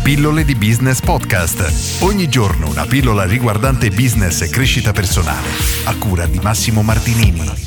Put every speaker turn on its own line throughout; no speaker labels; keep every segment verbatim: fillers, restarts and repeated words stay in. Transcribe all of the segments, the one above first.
Pillole di Business Podcast. Ogni giorno una pillola riguardante business e crescita personale. A cura di Massimo Martinini.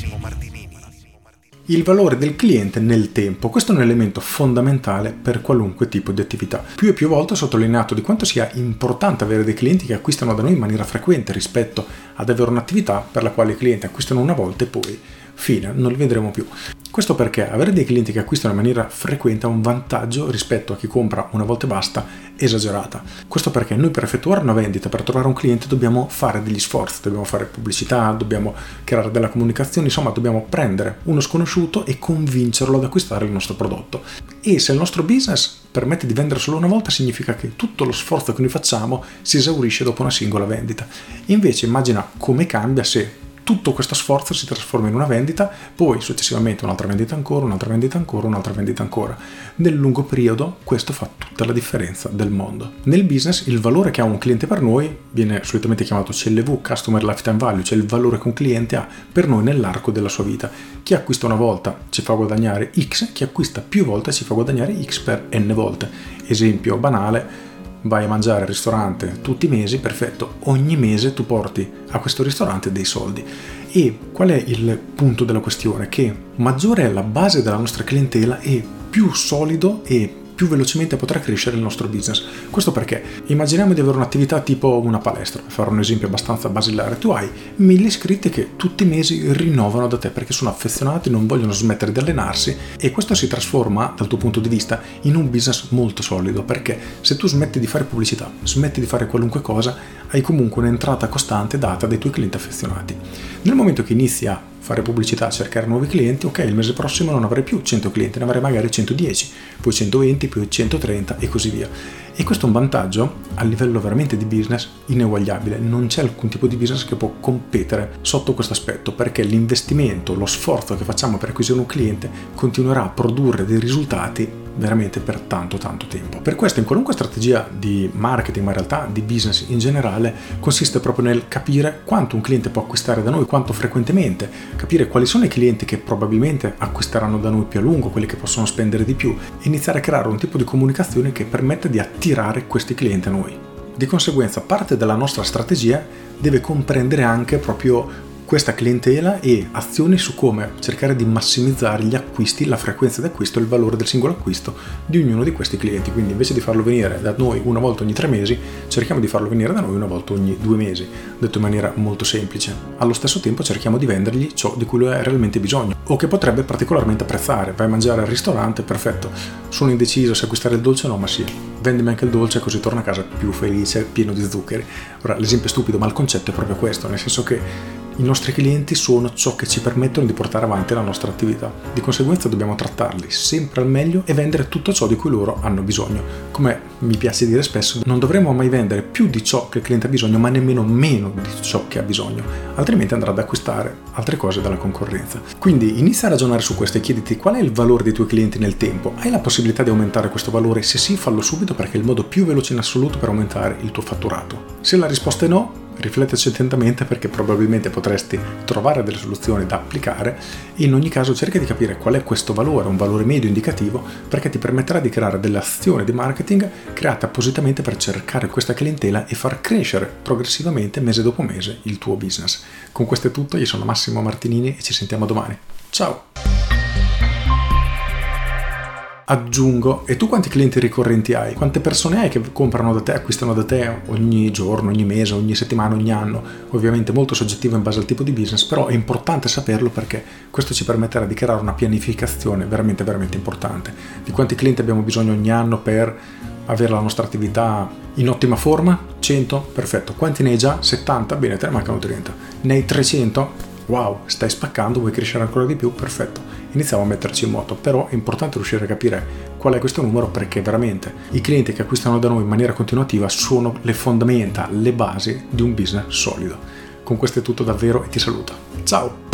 Il valore del cliente nel tempo, questo è un elemento fondamentale per qualunque tipo di attività. Più e più volte ho sottolineato di quanto sia importante avere dei clienti che acquistano da noi in maniera frequente rispetto ad avere un'attività per la quale i clienti acquistano una volta e poi fine, non li vedremo più. Questo perché avere dei clienti che acquistano in maniera frequente ha un vantaggio rispetto a chi compra una volta e basta esagerata. Questo perché noi per effettuare una vendita, per trovare un cliente, dobbiamo fare degli sforzi, dobbiamo fare pubblicità, dobbiamo creare della comunicazione, insomma dobbiamo prendere uno sconosciuto e convincerlo ad acquistare il nostro prodotto. E se il nostro business permette di vendere solo una volta, significa che tutto lo sforzo che noi facciamo si esaurisce dopo una singola vendita. Invece immagina come cambia se tutto questo sforzo si trasforma in una vendita, poi successivamente un'altra vendita ancora, un'altra vendita ancora, un'altra vendita ancora. Nel lungo periodo questo fa tutta la differenza del mondo. Nel business il valore che ha un cliente per noi viene solitamente chiamato C L V, Customer Lifetime Value, cioè il valore che un cliente ha per noi nell'arco della sua vita. Chi acquista una volta ci fa guadagnare X, chi acquista più volte ci fa guadagnare X per N volte. Esempio banale: vai a mangiare al ristorante tutti i mesi, perfetto, ogni mese tu porti a questo ristorante dei soldi. E qual è il punto della questione? Che maggiore è la base della nostra clientela e più solido e più velocemente potrà crescere il nostro business. Questo perché immaginiamo di avere un'attività tipo una palestra, per fare un esempio abbastanza basilare. Tu hai mille iscritti che tutti i mesi rinnovano da te perché sono affezionati, non vogliono smettere di allenarsi, e questo si trasforma dal tuo punto di vista in un business molto solido, perché se tu smetti di fare pubblicità, smetti di fare qualunque cosa, hai comunque un'entrata costante data dai tuoi clienti affezionati. Nel momento che inizi a fare pubblicità, cercare nuovi clienti, ok, il mese prossimo non avrai più cento clienti, ne avrai magari centodieci, poi centoventi, poi centotrenta e così via. E questo è un vantaggio a livello veramente di business ineguagliabile. Non c'è alcun tipo di business che può competere sotto questo aspetto, perché l'investimento, lo sforzo che facciamo per acquisire un cliente continuerà a produrre dei risultati veramente per tanto tanto tempo. Per questo in qualunque strategia di marketing, ma in realtà di business in generale, consiste proprio nel capire quanto un cliente può acquistare da noi, quanto frequentemente, capire quali sono i clienti che probabilmente acquisteranno da noi più a lungo, quelli che possono spendere di più, e iniziare a creare un tipo di comunicazione che permetta di attirare questi clienti a noi. Di conseguenza parte della nostra strategia deve comprendere anche proprio questa clientela e azioni su come cercare di massimizzare gli acquisti, la frequenza di acquisto e il valore del singolo acquisto di ognuno di questi clienti. Quindi invece di farlo venire da noi una volta ogni tre mesi, cerchiamo di farlo venire da noi una volta ogni due mesi, detto in maniera molto semplice. Allo stesso tempo cerchiamo di vendergli ciò di cui lui ha realmente bisogno o che potrebbe particolarmente apprezzare. Vai a mangiare al ristorante, perfetto, sono indeciso se acquistare il dolce o no, ma sì, vendimi anche il dolce così torno a casa più felice, pieno di zuccheri. Ora l'esempio è stupido, ma il concetto è proprio questo, nel senso che i nostri clienti sono ciò che ci permettono di portare avanti la nostra attività. Di conseguenza dobbiamo trattarli sempre al meglio e vendere tutto ciò di cui loro hanno bisogno. Come mi piace dire spesso, non dovremmo mai vendere più di ciò che il cliente ha bisogno, ma nemmeno meno di ciò che ha bisogno, altrimenti andrà ad acquistare altre cose dalla concorrenza. Quindi inizia a ragionare su questo e chiediti qual è il valore dei tuoi clienti nel tempo. Hai la possibilità di aumentare questo valore? Se sì, fallo subito, perché è il modo più veloce in assoluto per aumentare il tuo fatturato. Se la risposta è no, rifletteci attentamente, perché probabilmente potresti trovare delle soluzioni da applicare. In ogni caso cerca di capire qual è questo valore, un valore medio indicativo, perché ti permetterà di creare delle azioni di marketing create appositamente per cercare questa clientela e far crescere progressivamente mese dopo mese il tuo business. Con questo è tutto, io sono Massimo Martinini e ci sentiamo domani. Ciao! Aggiungo, e tu quanti clienti ricorrenti hai? Quante persone hai che comprano da te, acquistano da te ogni giorno, ogni mese, ogni settimana, ogni anno? Ovviamente molto soggettivo in base al tipo di business, però è importante saperlo, perché questo ci permetterà di creare una pianificazione veramente veramente importante. Di quanti clienti abbiamo bisogno ogni anno per avere la nostra attività in ottima forma? cento? Perfetto. Quanti ne hai già? settanta? Bene, te ne mancano trenta. Ne hai trecento? Wow, stai spaccando, vuoi crescere ancora di più? Perfetto. Iniziamo a metterci in moto, però è importante riuscire a capire qual è questo numero, perché veramente i clienti che acquistano da noi in maniera continuativa sono le fondamenta, le basi di un business solido. Con questo è tutto davvero e ti saluto. Ciao!